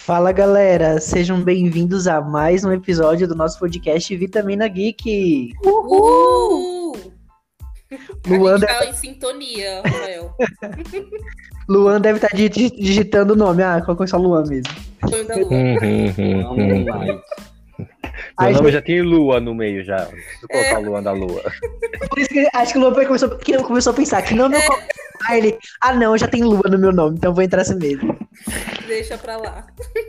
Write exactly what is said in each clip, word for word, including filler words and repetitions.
Fala galera, sejam bem-vindos a mais um episódio do nosso podcast Vitamina Geek. Uhul! Luan A gente deve, tá em sintonia, Rafael. Luan deve estar digitando o nome. Ah, colocou só Luan mesmo. Sonho da lua. Meu Aí, nome já tem Lua no meio já. Deixa eu colocar o Luan da Lua. Por isso que acho que o Luan começou, que começou a pensar que não, não. Aí ele, ah não, já tem Lua no meu nome, então vou entrar assim mesmo. Deixa pra lá.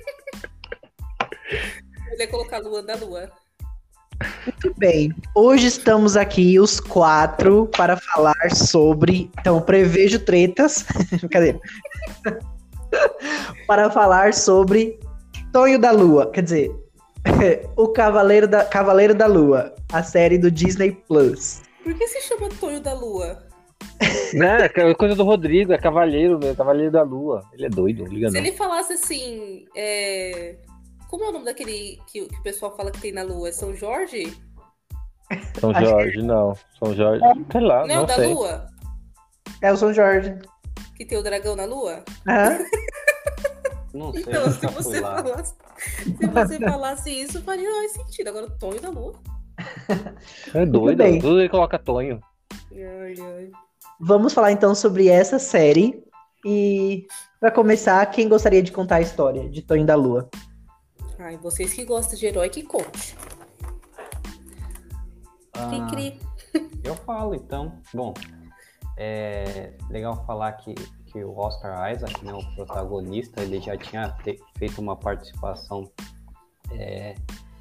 Ele ia colocar Lua da lua. Muito bem, hoje estamos aqui os quatro para falar sobre, então prevejo tretas, brincadeira, para falar sobre Tonho da Lua, quer dizer, o Cavaleiro da, Cavaleiro da Lua, a série do Disney Plus. Por que se chama Tonho da Lua? Né, é coisa do Rodrigo, é Cavaleiro, né? Cavaleiro da Lua. Ele é doido, não liga Se não. ele falasse assim, é... como é o nome daquele que, que o pessoal fala que tem na lua? É São Jorge? São Jorge, não. São Jorge, sei lá, Não, não da sei. lua? É o São Jorge. Que tem o dragão na lua? Aham. Não sei, Então, eu se já fui você, lá. falasse, se você falasse isso, faria mais sentido. Agora, Tonho da lua. É doido, bem. tudo ele coloca Tonho. Ai, ai. Vamos falar então sobre essa série e para começar, quem gostaria de contar a história de Tonho da Lua? Ai, vocês que gostam de herói, que conte. Ah, Cri, cri. eu falo, então. Bom, é legal falar que, que o Oscar Isaac, né, o protagonista, ele já tinha te- feito uma participação é,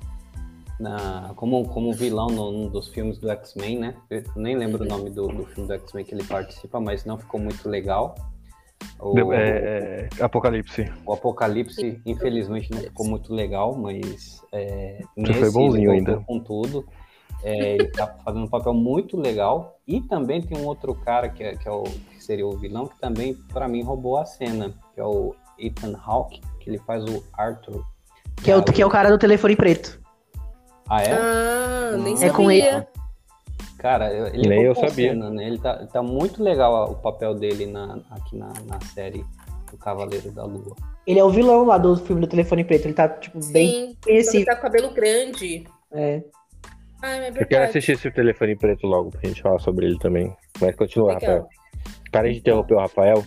na, como, como vilão num dos filmes do X-Men, né? Eu nem lembro o nome do, do filme do X-Men que ele participa, mas não ficou muito legal. O, É, é, Apocalipse. o Apocalipse, infelizmente, não ficou muito legal, mas é, Você foi nesse bonzinho ele voltou ainda. com tudo. É, ele tá fazendo um papel muito legal. E também tem um outro cara que, é, que, é o, que seria o vilão, que também, pra mim, roubou a cena, que é o Ethan Hawke, que ele faz o Arthur. Que é o, que é o cara do telefone preto. Ah, é? Ah, nem Hum. sabia. É com ele. Cara, ele Nem eu roubou a sabia. cena, né? Ele tá, tá muito legal o papel dele na, aqui na, na série do Cavaleiro da Lua. Ele é o vilão lá do filme do telefone preto. Ele tá, tipo, bem Sim, conhecido. ele tá com cabelo grande. É. Ai, é Eu quero verdade. assistir esse telefone preto logo pra gente falar sobre ele também. Mas continua, Legal. Rafael. Para de interromper o Rafael.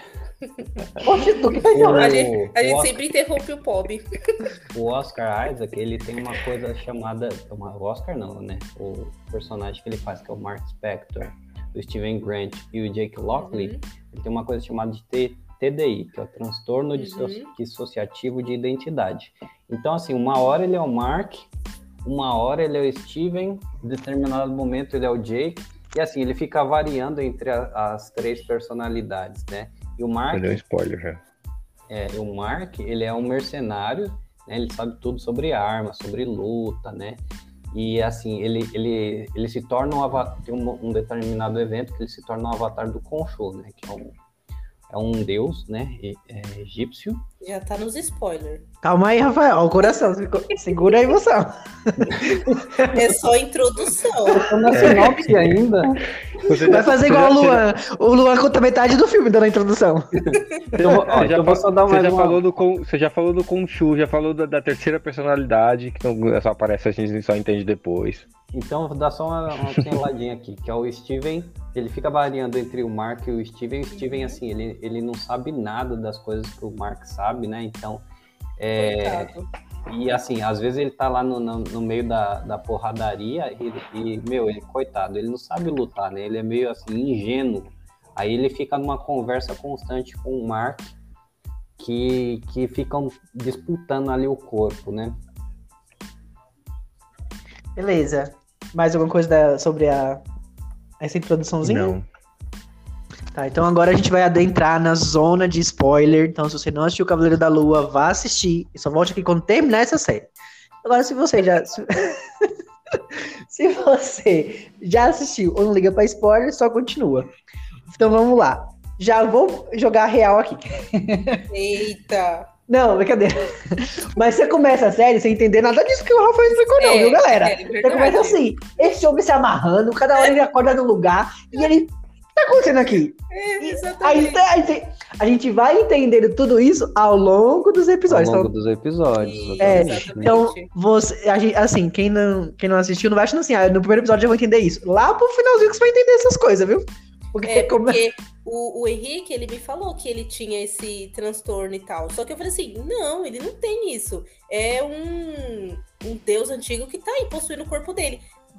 Poxa, do que tá O- falando? A gente, a gente o- sempre interrompe o pobre. O Oscar Isaac, ele tem uma coisa chamada... Uma, o Oscar não, né? O personagem que ele faz, que é o Mark Spector, o Steven Grant e o Jake Lockley, Uhum. ele tem uma coisa chamada de T- TDI, que é o transtorno disso- Uhum. dissociativo de identidade. Então, assim, uma hora ele é o Mark, uma hora ele é o Steven, em determinado momento ele é o Jake, e assim, ele fica variando entre a- as três personalidades, né? E o Mark... Deu um spoiler já. É, o Mark, ele é um mercenário, né? Ele sabe tudo sobre armas, sobre luta, né? E assim, ele, ele, ele se torna um avatar, tem um, um determinado evento que ele se torna um avatar do Khonshu, né? Que é um, é um deus, né? E- é, egípcio. Já tá nos spoilers. Calma aí, Rafael. Ó, o coração. Segura a emoção. É só introdução. Tô na sinopse ainda. Você Vai já- fazer você igual o já- Luan. O Luan conta metade do filme dando a introdução. Eu vou, ó, Você já, eu vou fa- só dar você mais já uma... falou do Con- você já falou do Khonshu, já falou da, da terceira personalidade, que não só aparece, a gente só entende depois. Então, vou dar só uma, uma pinceladinha aqui, que é o Steven, ele fica variando entre o Mark e o Steven. O Steven, assim, ele, ele não sabe nada das coisas que o Mark sabe, né? Então, é, Coitado. e assim, às vezes ele tá lá no, no, no meio da, da porradaria e, e, meu, ele, coitado, ele não sabe lutar, né? Ele é meio, assim, ingênuo. Aí ele fica numa conversa constante com o Mark, que, que ficam disputando ali o corpo, né? Beleza. Mais alguma coisa da- sobre a, essa introduçãozinha? Não. Tá, então agora a gente vai adentrar na zona de spoiler. Então, se você não assistiu o Cavaleiro da Lua, vá assistir. E só volte aqui quando terminar essa série. Agora, se você já. Se, se você já assistiu ou não liga pra spoiler, só continua. Então vamos lá. Já vou jogar real aqui. Eita. Não, brincadeira. Mas você começa a série sem entender nada disso que o Rafael explicou, não, É, viu, galera? é Você verdade. começa assim, esse homem se amarrando, cada hora ele acorda no lugar, e ele tá acontecendo aqui? É, Aí, exatamente. a, gente, a gente vai entendendo tudo isso ao longo dos episódios. Ao longo Então, dos episódios. Isso, É, Exatamente. então, você, a gente, assim, quem não, quem não assistiu, não vai achando assim, ah, no primeiro episódio eu vou entender isso. Lá pro finalzinho que você vai entender essas coisas, viu? Porque, É, como- porque o, o Henrique, ele me falou que ele tinha esse transtorno e tal. Só que eu falei assim, não, ele não tem isso. É um, um deus antigo que tá aí possuindo o corpo dele.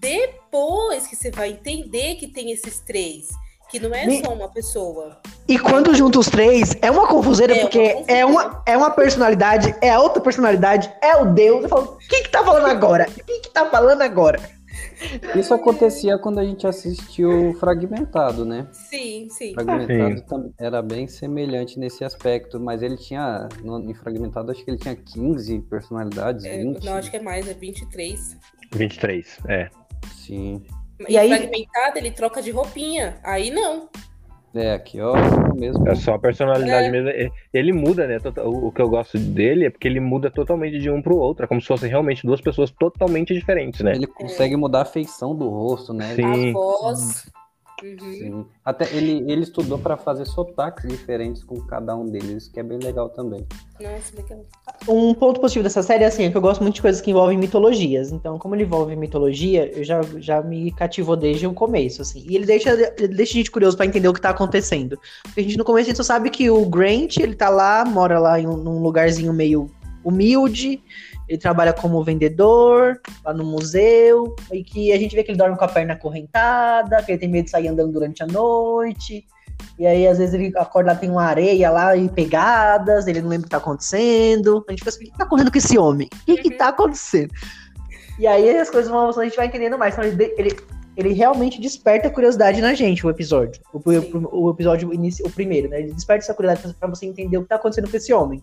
Depois que você vai entender que tem esses três. Que não é Me- só uma pessoa. E quando junta os três, é uma confuseira, É uma porque confuseira. é, uma, é uma personalidade, é a outra personalidade, é o Deus. Eu falo, quem que tá falando agora? Quem que tá falando agora? Isso acontecia quando a gente assistiu Fragmentado, né? Sim, sim. Fragmentado tam- era bem semelhante nesse aspecto, mas ele tinha, no, em Fragmentado, acho que ele tinha quinze personalidades, É, vinte. não, acho que é mais, é vinte e três. vinte e três, é. Sim. E E aí- fragmentado, ele troca de roupinha. Aí não. É, aqui, ó, o mesmo. É só a personalidade É. mesmo. Ele- Ele muda, né? Tota- O o que eu gosto dele é porque ele muda totalmente de um pro outro. É como se fossem realmente duas pessoas totalmente diferentes, né? Ele consegue mudar a feição do rosto, né? Sim. A voz. Uhum. Sim. Até ele, ele estudou para fazer sotaques diferentes com cada um deles, isso que é bem legal também. Nossa, legal. Um ponto positivo dessa série é assim, é que eu gosto muito de coisas que envolvem mitologias. Então, como ele envolve mitologia, eu já, já me cativou desde o começo, assim. E ele deixa, ele deixa a gente curioso pra entender o que tá acontecendo. Porque a gente no começo a gente só sabe que o Grant, ele tá lá, mora lá em um, num lugarzinho meio humilde, ele trabalha como vendedor lá no museu, e que a gente vê que ele dorme com a perna acorrentada, que ele tem medo de sair andando durante a noite. E aí, às vezes, ele acorda lá, tem uma areia lá e pegadas, ele não lembra o que tá acontecendo. A gente fica assim, o que tá correndo com esse homem? O que que tá acontecendo? E aí as coisas vão avançando, a gente vai entendendo mais. Então, ele, ele, ele realmente desperta a curiosidade na gente, o episódio. O, Sim. o, o episódio, inici- o primeiro, né? Ele desperta essa curiosidade pra você entender o que tá acontecendo com esse homem.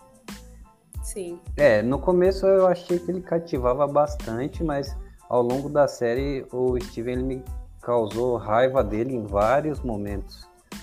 Sim. É, no começo eu achei que ele cativava bastante, mas ao longo da série o Steven ele me causou raiva dele em vários momentos.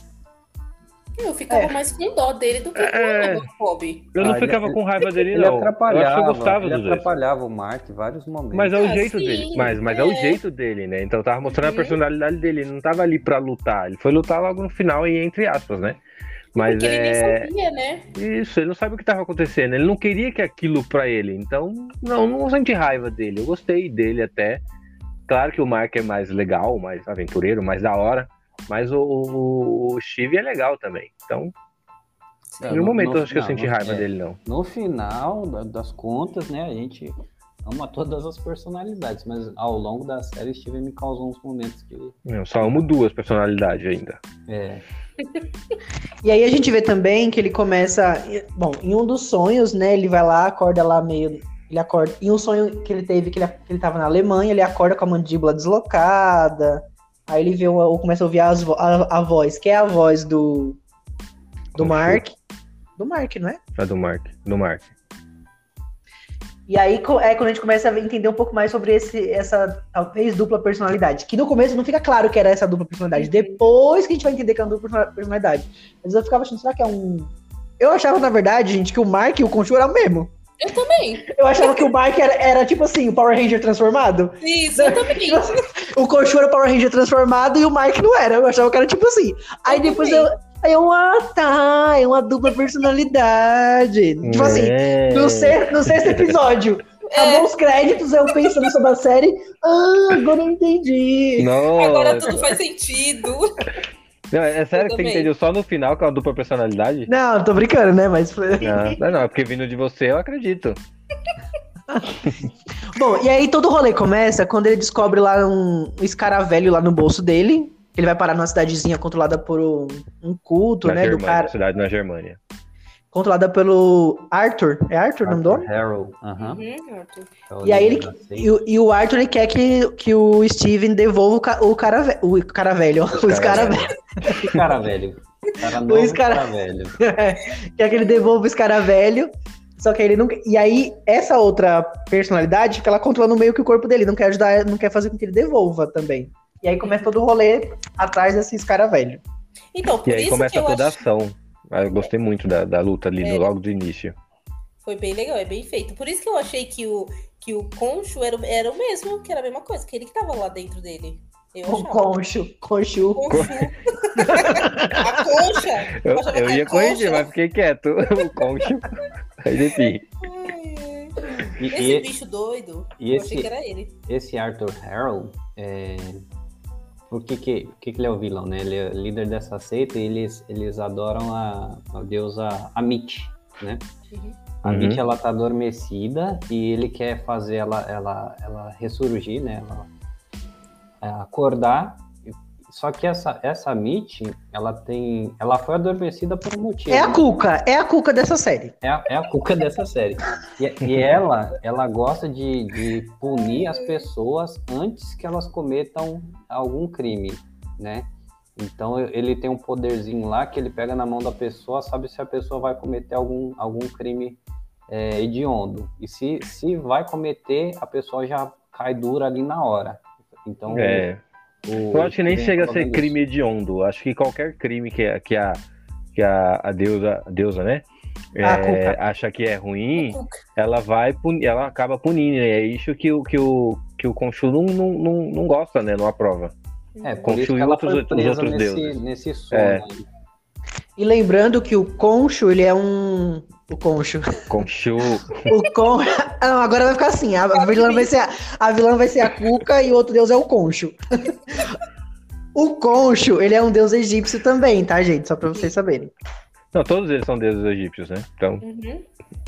Eu ficava É. mais com dó dele do que com É. o Bob. Eu não Ah, ele- ficava com raiva dele, Ele não. Eu atrapalhava, acho que eu gostava ele dos dois. atrapalhava o Mark em vários momentos. Mas é o Ah, jeito sim, dele. Mas, mas é. o é. jeito dele, né? Então tava mostrando Uhum. a personalidade dele. Ele não tava ali pra lutar. Ele foi lutar logo no final e entre aspas, né? Mas Porque ele nem é. sabia, né? Isso, ele não sabe o que tava acontecendo. Ele não queria que aquilo pra ele. Então, não, não senti raiva dele. Eu gostei dele até. Claro que o Mark é mais legal, mais aventureiro, mais da hora. Mas o, o, o Steve é legal também. Então, É, em nenhum no- momento no eu acho que eu final, senti no- raiva é. dele, não. No final da- das contas, né, a gente ama todas as personalidades, mas ao longo da série o Steven me causou uns momentos que Eu só amo duas personalidades ainda. é, E aí a gente vê também que ele começa. Bom, em um dos sonhos, né? Ele vai lá, acorda lá meio. Ele acorda. Em um sonho que ele teve, que ele, que ele tava na Alemanha, ele acorda com a mandíbula deslocada. Aí ele vê, uma- ou começa a ouvir as vo- a, a voz, que é a voz do. Do Confuso. Mark. Do Mark, não é? É do Mark. Do Mark. E aí co- é quando a gente começa a entender um pouco mais sobre esse, essa, talvez, dupla personalidade. Que no começo não fica claro que era essa dupla personalidade. Depois que a gente vai entender que é uma dupla persona- personalidade. Mas eu ficava achando, será que é um. Eu achava, na verdade, gente, que o Mark e o Conchu eram o mesmo. Eu também. Eu achava que o Mark era, era tipo assim, o Power Ranger transformado. Isso, eu também. O Conchu era o Power Ranger transformado e o Mark não era. Eu achava que era tipo assim. Aí Eu depois também. eu. Aí eu, ah, tá, é uma dupla personalidade. Tipo assim, É. no, ser, no sexto episódio, acabou os créditos, eu pensando sobre a série. Ah, agora eu entendi. Nossa. Agora tudo faz sentido. Não, é sério que você também. entendeu só no final que é uma dupla personalidade? Não, tô brincando, né? Mas foi. Não, não, não, é porque vindo de você eu acredito. Bom, e aí todo o rolê começa quando ele descobre lá um, um escaravelho lá no bolso dele. Ele vai parar numa cidadezinha controlada por um, um culto, Na né? Do Germânia, cara. cidade na Germânia. Controlada pelo Arthur. É Arthur o nome do homem? Harold, aham. Uhum, Arthur. É o E aí ele. líder da seita. E, o- e o Arthur ele quer que, que o Steven devolva o, ca, o cara ve- o cara velho, ó, o escaravelho. Que cara velho. Cara novo, Luiz, cara- cara velho. Quer que ele devolva o escaravelho. Só que ele não. E aí, essa outra personalidade fica lá controlando meio que o corpo dele. Não quer ajudar, não quer fazer com que ele devolva também. E aí começa todo o rolê atrás desse escaravelho. Então, por E aí isso começa que eu toda a acho ação. Ah, Eu gostei muito da, da luta ali, no- logo do início. foi bem legal, é bem feito. Por isso que eu achei que o, que o Concho era, o- era o mesmo, que era a mesma coisa, que ele que tava lá dentro dele. Eu O achava. concho, conchu. Conchu. A concha. Eu, achava eu que a ia corrigir, concha- mas fiquei quieto. O concho. Mas enfim. Ai, ai. E, Esse e- bicho doido, e eu esse- achei que era ele. esse Arthur Harrow, é... por que que, por que que ele é o vilão, né? Ele é líder dessa seita e eles, eles adoram a, a deusa Amit, né? Uhum. A Amit, Uhum. ela tá adormecida e ele quer fazer ela, ela, ela ressurgir, né? Ela, é, acordar. Só que essa, essa Amit, ela tem... Ela foi adormecida por um motivo. É a né? Cuca, é a Cuca dessa série. É a, é a cuca dessa série. E, e ela, ela gosta de, de punir as pessoas antes que elas cometam algum crime, né? Então ele tem um poderzinho lá que ele pega na mão da pessoa, sabe se a pessoa vai cometer algum, algum crime é, hediondo. E se, se vai cometer, a pessoa já cai dura ali na hora. Então... É. o- Eu acho que nem vem chega a ser falando crime hediondo. Acho que qualquer crime que, a- que, a, que a, a deusa, a deusa, né? A é, Cuca. acha que é ruim, Cuca. ela vai punir, ela acaba punindo. E é isso que o, que o, que o Khonshu não, não, não, não gosta, né? Não aprova. É, por isso Khonshu que e ela outros- foi os presa outros nesse, deuses. nesse sono. É. aí. E lembrando que o concho, ele é um... O concho. Khonshu. O con... Ah, não, agora vai ficar assim. A, a, vilã vai ser a, a vilã vai ser a Cuca e o outro deus é o concho. O concho, ele é um deus egípcio também, tá, gente? Só pra vocês saberem. Não, todos eles são deuses egípcios, né? Então, Uhum.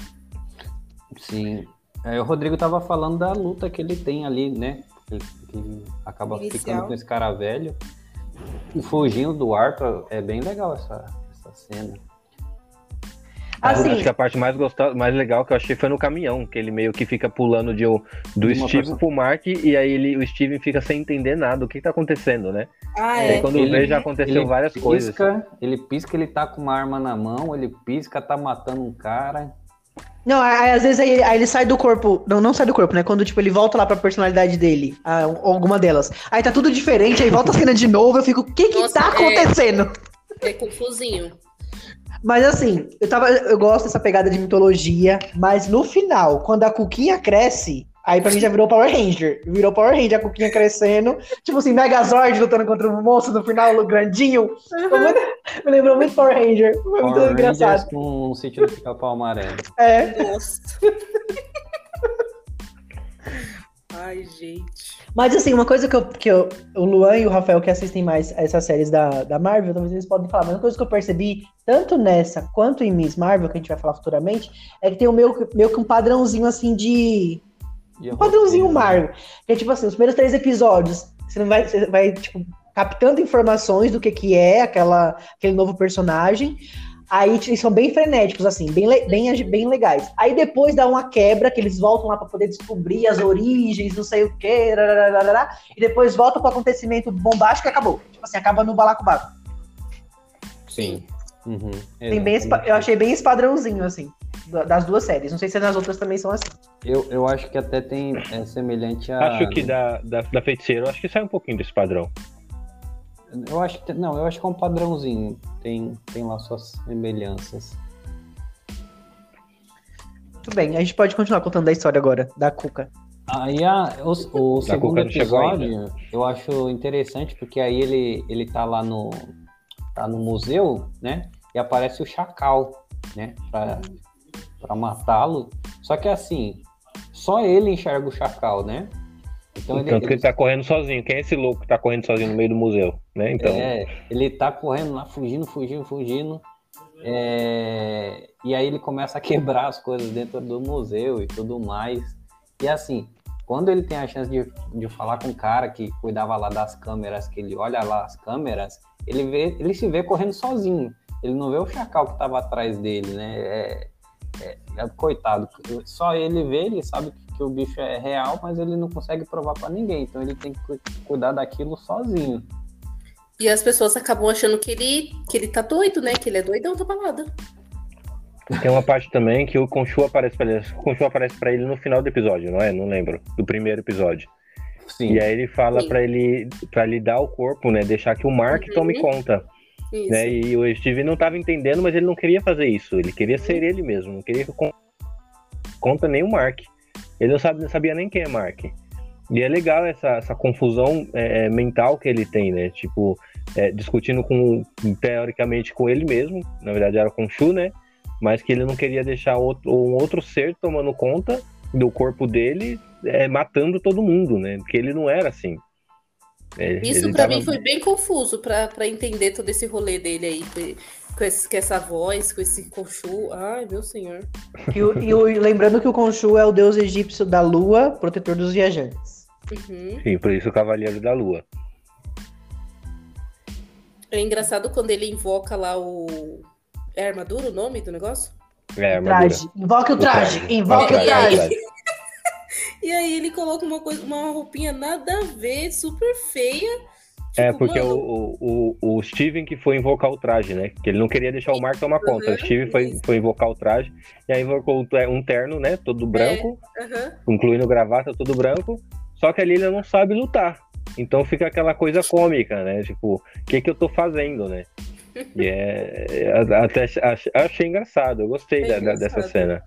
Sim. É, o Rodrigo tava falando da luta que ele tem ali, né? Que, que acaba Inicial. ficando com esse cara velho. E fugindo do Arthur, é bem legal essa, essa cena. Assim, acho que a parte mais gostosa, mais legal que eu achei foi no caminhão, que ele meio que fica pulando de, um- do Uma Steven pessoa- pro Mark, e aí ele, o Steven fica sem entender nada, o que tá acontecendo, né? Ah, E é. aí quando Ele- vê, já aconteceu ele várias coisas. pisca, ele pisca, ele tá com uma arma na mão, ele pisca, tá matando um cara. não, aí, às vezes aí, aí ele sai do corpo. Não, não sai do corpo, né? Quando tipo, ele volta lá pra personalidade dele, a- alguma delas. Aí tá tudo diferente, aí volta a cena de novo, eu fico, o que que Nossa, tá é. acontecendo? É confusinho. Mas assim, eu, tava, eu gosto dessa pegada de mitologia, mas no final, quando a Cuquinha cresce, aí pra mim já virou Power Ranger. Virou Power Ranger, a Cuquinha crescendo. Tipo assim, Megazord lutando contra um monstro no final, grandinho. Foi muito- me lembrou muito Power Ranger. Foi muito Power engraçado. Rangers com um sentido de pica-pau amarelo. É. Nossa. Ai, gente. Mas assim, uma coisa que, eu, que eu, o Luan e o Rafael que assistem mais essas séries da, da Marvel, talvez eles podem falar, mas uma coisa que eu percebi, tanto nessa quanto em Miss Marvel, que a gente vai falar futuramente, é que tem o meio, meio que um padrãozinho assim de... E Um o padrãozinho roteiro, né? Marvel. Que é tipo assim, os primeiros três episódios, você não vai, você vai tipo, captando informações do que que é aquela, aquele novo personagem. Aí eles são bem frenéticos, assim, bem, le- bem, bem legais. Aí depois dá uma quebra, que eles voltam lá pra poder descobrir as origens, não sei o quê, rarararará, e depois volta pro acontecimento bombástico e acabou. Tipo assim, acaba no balacobaco. Sim. Uhum. Tem bem esse pa- eu achei bem esse padrãozinho, assim, da- das duas séries. Não sei se nas outras também são assim. Eu, eu acho que até tem é semelhante a. Acho que da, da, da feiticeira, eu acho que sai um pouquinho desse padrão. Eu acho que não, eu acho que é um padrãozinho. Tem, tem lá suas semelhanças. Muito bem, a gente pode continuar contando da história agora, da Cuca. Aí a, o, o Da segundo Cuca não chegou episódio eu acho interessante porque aí ele, ele tá lá no tá no museu, né? E aparece o Chacal, né? Pra, pra matá-lo. Só que assim, só ele enxerga o Chacal, né? Então ele, Tanto que ele, ele tá correndo sozinho. Quem é esse louco que tá correndo sozinho no meio do museu, né? Então, é, ele tá correndo lá, fugindo, fugindo, fugindo. É, e aí ele começa a quebrar as coisas dentro do museu e tudo mais. E assim, quando ele tem a chance de, de falar com um cara que cuidava lá das câmeras, que ele olha lá as câmeras, ele, vê, ele se vê correndo sozinho. Ele não vê o Chacal que estava atrás dele, né? É, é, é, coitado, só ele vê, ele sabe que, que o bicho é real, mas ele não consegue provar para ninguém. Então ele tem que cu- cuidar daquilo sozinho. E as pessoas acabam achando que ele, que ele tá doido, né? Que ele é doidão da balada. tem uma parte também que o Khonshu aparece pra ele. O Khonshu aparece pra ele no final do episódio, não é? Não lembro. Do primeiro episódio. Sim. E aí ele fala Sim. pra ele para lhe dar o corpo, né? Deixar que o Mark Uhum. tome conta. Isso. Né? E o Steve não tava entendendo, mas ele não queria fazer isso. Ele queria ser ele mesmo. Não queria que con- conta nem o Mark. Ele não, sabe, não sabia nem quem é Mark. E é legal essa, essa confusão é, mental que ele tem, né? Tipo, é, discutindo com, teoricamente com ele mesmo, na verdade era com o Shu, né? Mas que ele não queria deixar outro, um outro ser tomando conta do corpo dele, é, matando todo mundo, né? Porque ele não era assim. É, Isso pra tava... mim foi bem confuso pra, pra entender todo esse rolê dele aí, com, esse, com essa voz, com esse Khonshu. Ai, meu senhor. E, o, e o, lembrando que o Khonshu é o deus egípcio da lua, protetor dos viajantes. Uhum. Sim, por isso o Cavaleiro da Lua. É engraçado quando ele invoca lá o... É armadura o nome do negócio? É, armadura. Traje. Invoque o traje. O traje. Invoque o traje. traje. E aí ele coloca uma, coisa, uma roupinha nada a ver, super feia. Tipo, É, porque mano... o, o, o Steven que foi invocar o traje, né? Que ele não queria deixar o Mark tomar conta. Uhum, o Steven foi, foi invocar o traje, e aí invocou um terno, né? Todo branco, é, uhum. incluindo gravata, todo branco. Só que ali ele não sabe lutar. Então fica aquela coisa cômica, né? Tipo, o que que eu tô fazendo, né? E é... Até achei engraçado, eu gostei é da, engraçado. dessa cena.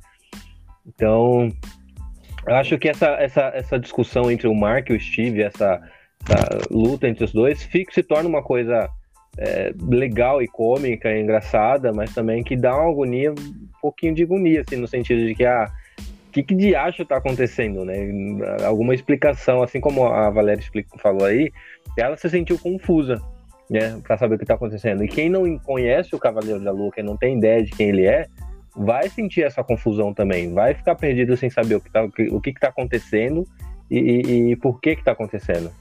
Então, eu acho que essa, essa, essa discussão entre o Mark e o Steve, essa... essa luta entre os dois, fica, se torna uma coisa é, legal e cômica, e engraçada, mas também que dá uma agonia, um pouquinho de agonia, assim, no sentido de que, ah, o que, que de acho tá acontecendo, né? Alguma explicação, assim como a Valéria explica, falou aí, ela se sentiu confusa, né, pra saber o que tá acontecendo. E quem não conhece o Cavaleiro da Lua, quem não tem ideia de quem ele é, vai sentir essa confusão também, vai ficar perdido sem saber o que tá, o que que tá acontecendo e, e, e por que que tá acontecendo.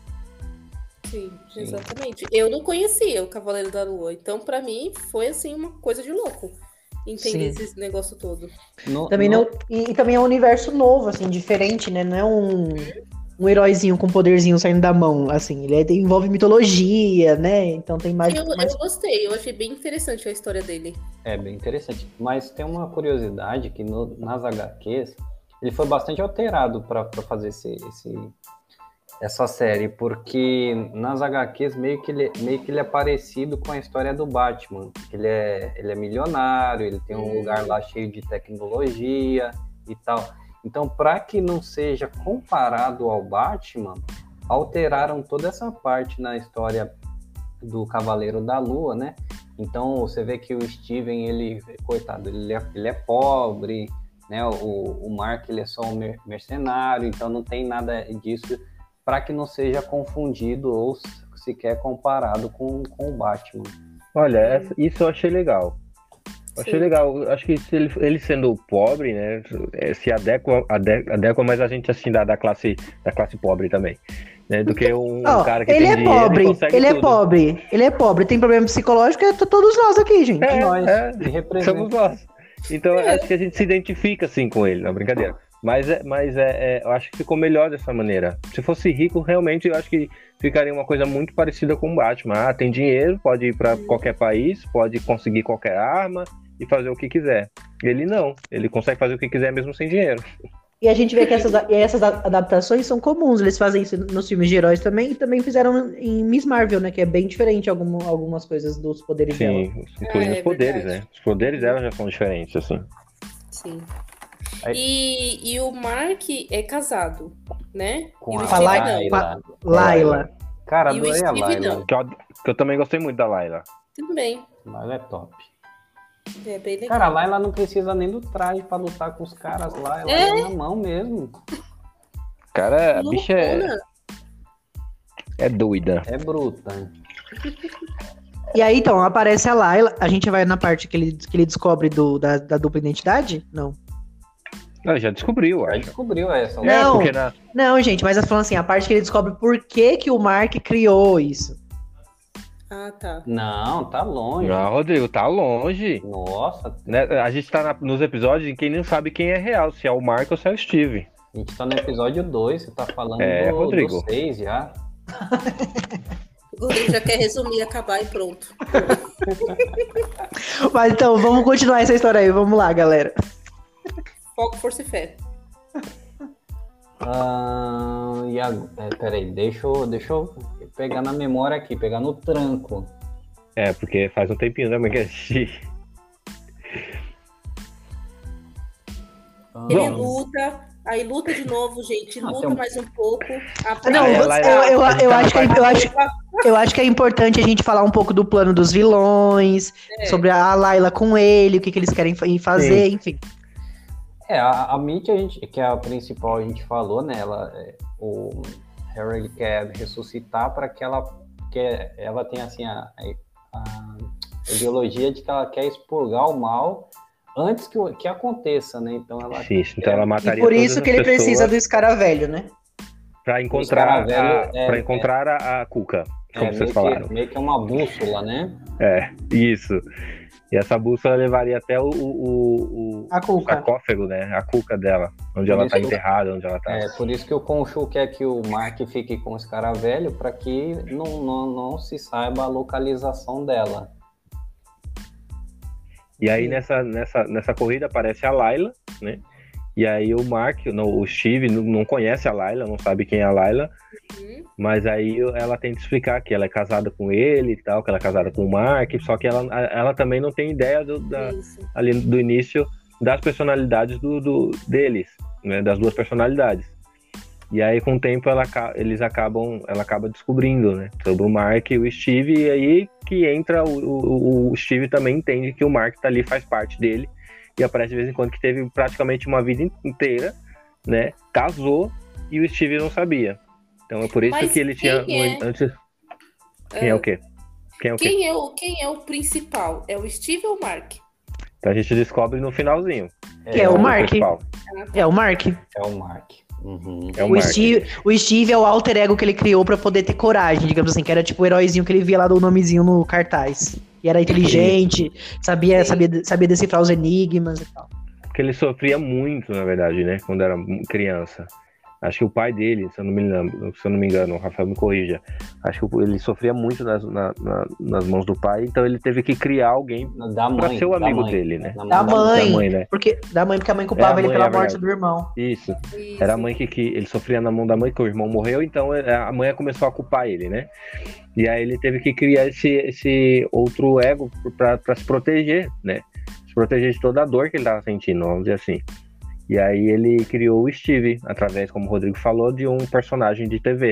Sim, exatamente. Sim. Eu não conhecia o Cavaleiro da Lua, então pra mim foi assim uma coisa de louco entender Sim. esse negócio todo. No, também no... Não, e, e também é um universo novo, assim, diferente, né? Não é um, um heróizinho com poderzinho saindo da mão, assim. Ele é, envolve mitologia, né? Então tem mais... Eu, mais... eu gostei, eu achei bem interessante a história dele. É, bem interessante. Mas tem uma curiosidade que no, nas agá quês ele foi bastante alterado para fazer esse... esse... essa série, porque nas agá quês meio que, ele, meio que ele é parecido com a história do Batman. Ele é, ele é milionário, ele tem um lugar lá cheio de tecnologia e tal. Então, para que não seja comparado ao Batman, alteraram toda essa parte na história do Cavaleiro da Lua, né? Então, você vê que o Steven, ele, coitado, ele é, ele é pobre, né? O, o Mark, ele é só um mercenário, então não tem nada disso, para que não seja confundido ou sequer comparado com, com o Batman. Olha, essa, isso eu achei legal. Eu achei legal. Acho que se ele, ele sendo pobre, né, se adequa, adequa, adequa mais a gente assim da, da, classe, da classe pobre também, né, do que um, oh, um cara que ele tem é dinheiro pobre, e consegue ele tudo. é pobre, ele é pobre, tem problema psicológico, é todos nós aqui, gente. É, nós, é, somos nós. Então é. Acho que a gente se identifica assim com ele, não, brincadeira. Mas, é, mas é, é, eu acho que ficou melhor dessa maneira. Se fosse rico, realmente, eu acho que ficaria uma coisa muito parecida com o Batman. Ah, tem dinheiro, pode ir para qualquer país, pode conseguir qualquer arma e fazer o que quiser. Ele não, ele consegue fazer o que quiser mesmo sem dinheiro. E a gente vê que essas, essas adaptações são comuns, eles fazem isso nos filmes de heróis também, e também fizeram em Miss Marvel, né, que é bem diferente algum, algumas coisas dos poderes Sim, dela. incluindo é, os poderes, verdade. né? Os poderes dela já são diferentes, assim. Sim. E, e o Mark é casado, né? Com e o a Steve Layla. não. Layla. Cara, E o adorei a Steve Layla. não. Que eu, que eu também gostei muito da Layla. Também. Layla é top. É bem legal. Cara, a Layla não precisa nem do traje pra lutar com os caras lá. Ela É. é na mão mesmo. Cara, a bicha é, Loucura. é doida. É bruta. E aí, então, aparece a Layla, a gente vai na parte que ele, que ele descobre do, da, da dupla identidade? Não. Ah, já descobriu, Já acho. descobriu essa. Não. É, porque na... Não, gente, mas eu tô falando assim, a parte que ele descobre por que, que o Mark criou isso. Ah, tá. Não, tá longe. Não, Rodrigo, tá longe. Nossa, Né? A gente tá na- nos episódios em que nem sabe quem é real, se é o Mark ou se é o Steve. a gente tá no episódio dois, você tá falando É, do, Rodrigo. do seis já. O Rodrigo já quer resumir, acabar e pronto. Mas então, vamos continuar essa história aí, vamos lá, galera. Foco, força e fé. Ah, e a, é, peraí, deixa eu, deixa eu pegar na memória aqui, pegar no tranco. É, porque faz um tempinho também que a gente... Ah, Ele Bom. luta, Aí luta de novo, gente. Não, Luta tem um- mais um pouco. Ah, Não, Ah, eu, ela eu, era- eu, ele eu tava acho que é, eu, acho, eu acho que é importante a gente falar um pouco do plano dos vilões, É. sobre a Layla com ele, o que, que eles querem fa- fazer, enfim. É, a, a Mitty, a gente, que é a principal, a gente falou, né? Ela, é, o Harry ele quer ressuscitar para que ela, que ela tenha assim, a, a ideologia de que ela quer expurgar o mal antes que, o- que aconteça, né? Então ela Isso, então ela E mataria por todas isso as que ele precisa pessoas do Escaravelho, né? pra encontrar, Escaravelho a, é- pra encontrar a, a Cuca, como é vocês meio falaram. que, meio que é uma bússola, né? É, isso. E essa bússola levaria até o, o, o, A o Cuca. sarcófago, né? A cuca dela, onde Por ela isso tá que- enterrada, onde ela tá. É por isso que o Khonshu quer que o Mark fique com o Escaravelho para que não, não, não se saiba a localização dela. E aí Sim. nessa, nessa, nessa corrida aparece a Layla, né? E aí o Mark, não, o Steve não, não conhece a Layla, não sabe quem é a Layla, Uhum. mas aí ela tenta explicar que ela é casada com ele e tal, que ela é casada com o Mark, só que ela, ela também não tem ideia do, da, Isso. ali do início das personalidades do, do, deles, né? Das duas personalidades. E aí com o tempo ela, aca- eles acabam, ela acaba descobrindo, né? Sobre o Mark e o Steve, e aí que entra o, o, o Steve também entende que o Mark tá ali, faz parte dele, e aparece de vez em quando que teve praticamente uma vida inteira, né? Casou e o Steve não sabia. Então é por isso Mas que ele tinha quem no- é? antes. Quem é o quê? Quem é o quê? Quem é o, quem é o principal? É o Steve ou o Mark? Então a gente descobre no finalzinho. Que é o Mark. principal. É o Mark. É o Mark. Uhum. É o O Mark. Steve, o Steve é o alter ego que ele criou pra poder ter coragem, digamos assim, que era tipo o heróizinho que ele via lá do nomezinho no cartaz. E era inteligente, sabia, Sim. sabia, sabia decifrar os enigmas e tal. Porque ele sofria muito, na verdade, né? Quando era criança. Acho que o pai dele, se eu não me lembro, se eu não me engano, o Rafael me corrija. Acho que ele sofria muito nas, na- na- nas mãos do pai, então ele teve que criar alguém Da mãe. pra ser o da amigo mãe. dele, né? Da mãe, Da mãe, né? porque da mãe, porque a mãe culpava É, a ele mãe, pela é morte verdade. do irmão. Isso. Isso. Era a mãe que, que ele sofria na mão da mãe, que o irmão morreu, então é, a mãe começou a culpar ele, né? E aí ele teve que criar esse, esse outro ego pra, pra se proteger, né? Se proteger de toda a dor que ele tava sentindo, vamos dizer assim. E aí ele criou o Steve, através, como o Rodrigo falou, de um personagem de T V.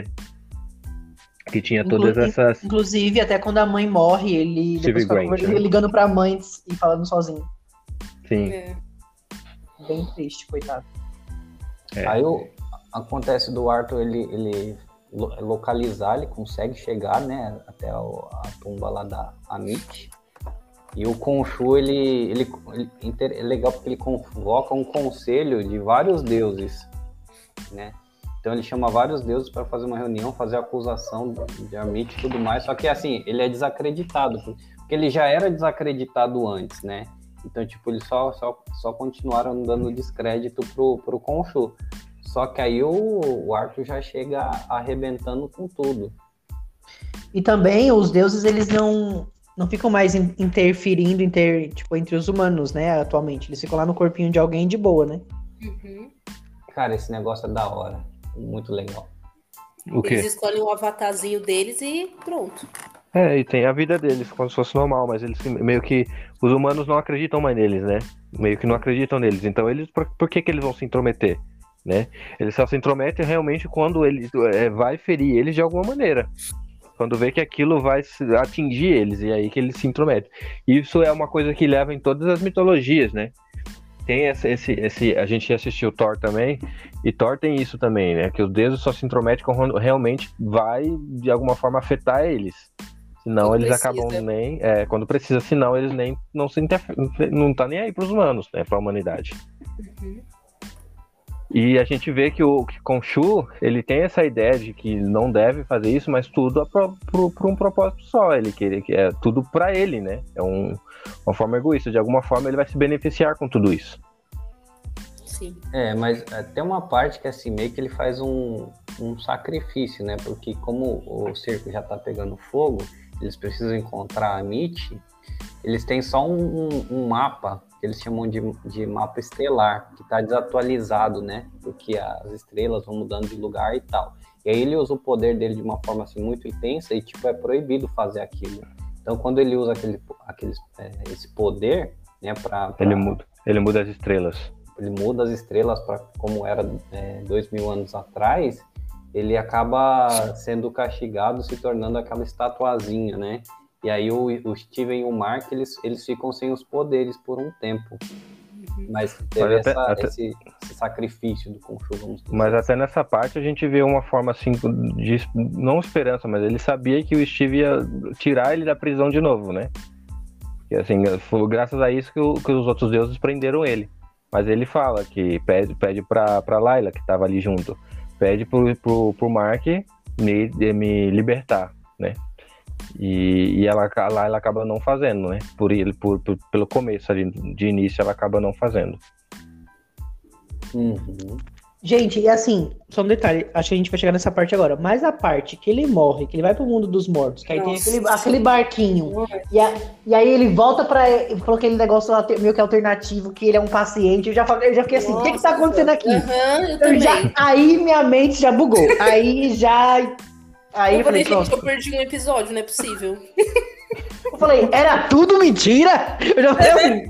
Que tinha todas Inclu- essas... Inclusive, até quando a mãe morre, ele Steve depois fica Grant, conversando- né? ligando pra mãe e falando sozinho. Sim, É. Bem triste, coitado. é. Aí o, acontece do Arthur ele, ele lo- localizar, ele consegue chegar, né, até o- a tumba lá da Amit. E o Khonshu, ele, ele, ele inter- é legal porque ele convoca um conselho de vários deuses, né? Então ele chama vários deuses para fazer uma reunião, fazer a acusação de Amit e tudo mais. Só que assim, ele é desacreditado, porque ele já era desacreditado antes, né? Então, tipo, eles só, só, só continuaram dando descrédito pro, pro Khonshu. Só que aí o, o Arthur já chega arrebentando com tudo. E também os deuses, eles não, não ficam mais in- interferindo inter, tipo, entre os humanos, né, atualmente. Eles ficam lá no corpinho de alguém de boa, né? Uhum. Cara, esse negócio é da hora. Muito legal. O quê? Eles escolhem o avatarzinho deles e pronto. É, e tem a vida deles, como se fosse normal, mas eles meio que... Os humanos não acreditam mais neles, né? Meio que não acreditam neles. Então, eles por, por que que eles vão se intrometer, né? Eles só se intrometem realmente quando ele é, vai ferir eles de alguma maneira. Quando vê que aquilo vai se- atingir eles, e é aí que eles se intrometem. Isso é uma coisa que leva em todas as mitologias, né? Tem esse, esse, esse... A gente assistiu Thor também, e Thor tem isso também, né? Que os deuses só se intrometem quando realmente vai, de alguma forma, afetar eles. Senão Quando eles precisa. acabam nem... É, quando precisa, senão eles nem... Não se interfe- não tá nem aí pros humanos, né? Pra humanidade. Uhum. E a gente vê que o que Khonshu, ele tem essa ideia de que não deve fazer isso, mas tudo para um propósito só. Ele quer que é tudo para ele, né? É um, uma forma egoísta. De alguma forma ele vai se beneficiar com tudo isso. Sim. É, mas é, tem uma parte que assim, meio que ele faz um, um sacrifício, né? Porque como o circo já tá pegando fogo, eles precisam encontrar a Mitty, eles têm só um, um, um mapa, que eles chamam de, de mapa estelar, que tá desatualizado, né? Porque as estrelas vão mudando de lugar e tal. E aí ele usa o poder dele de uma forma assim, muito intensa e tipo, é proibido fazer aquilo. Então quando ele usa aquele, aquele, é, esse poder, né, pra, pra... Ele muda, ele muda as estrelas. ele muda as estrelas para como era é, dois mil anos atrás, ele acaba sendo castigado, se tornando aquela estatuazinha, né? E aí o, o Steven e o Mark, eles, eles ficam sem os poderes por um tempo. Mas teve Mas até, essa, até... Esse, esse sacrifício do Khonshu, vamos dizer. Mas até nessa parte a gente vê uma forma assim, de, não esperança, mas ele sabia que o Steve ia tirar ele da prisão de novo, né? E assim, foi graças a isso que, o, que os outros deuses prenderam ele. Mas ele fala que pede, pede pra, pra Layla, que tava ali junto, pede pro, pro, pro Mark me, me libertar, né? E, e ela, a Layla acaba não fazendo, né? Por ele, por, por, pelo começo ali, de início, ela acaba não fazendo. Uhum. Gente, e assim, só um detalhe, acho que a gente vai chegar nessa parte agora, mas a parte que ele morre, que ele vai pro mundo dos mortos, que aí tem aquele, aquele barquinho, e, a, e aí ele volta pra, falou aquele negócio lá, meio que alternativo, que ele é um paciente, eu já, falei, eu já fiquei assim, o que que tá acontecendo aqui? Uhum, eu eu também. já, aí minha mente já bugou, aí já, aí eu eu falei, falei, gente, pronto. eu perdi um episódio, não é possível. Eu falei, era tudo mentira? Eu já falei assim.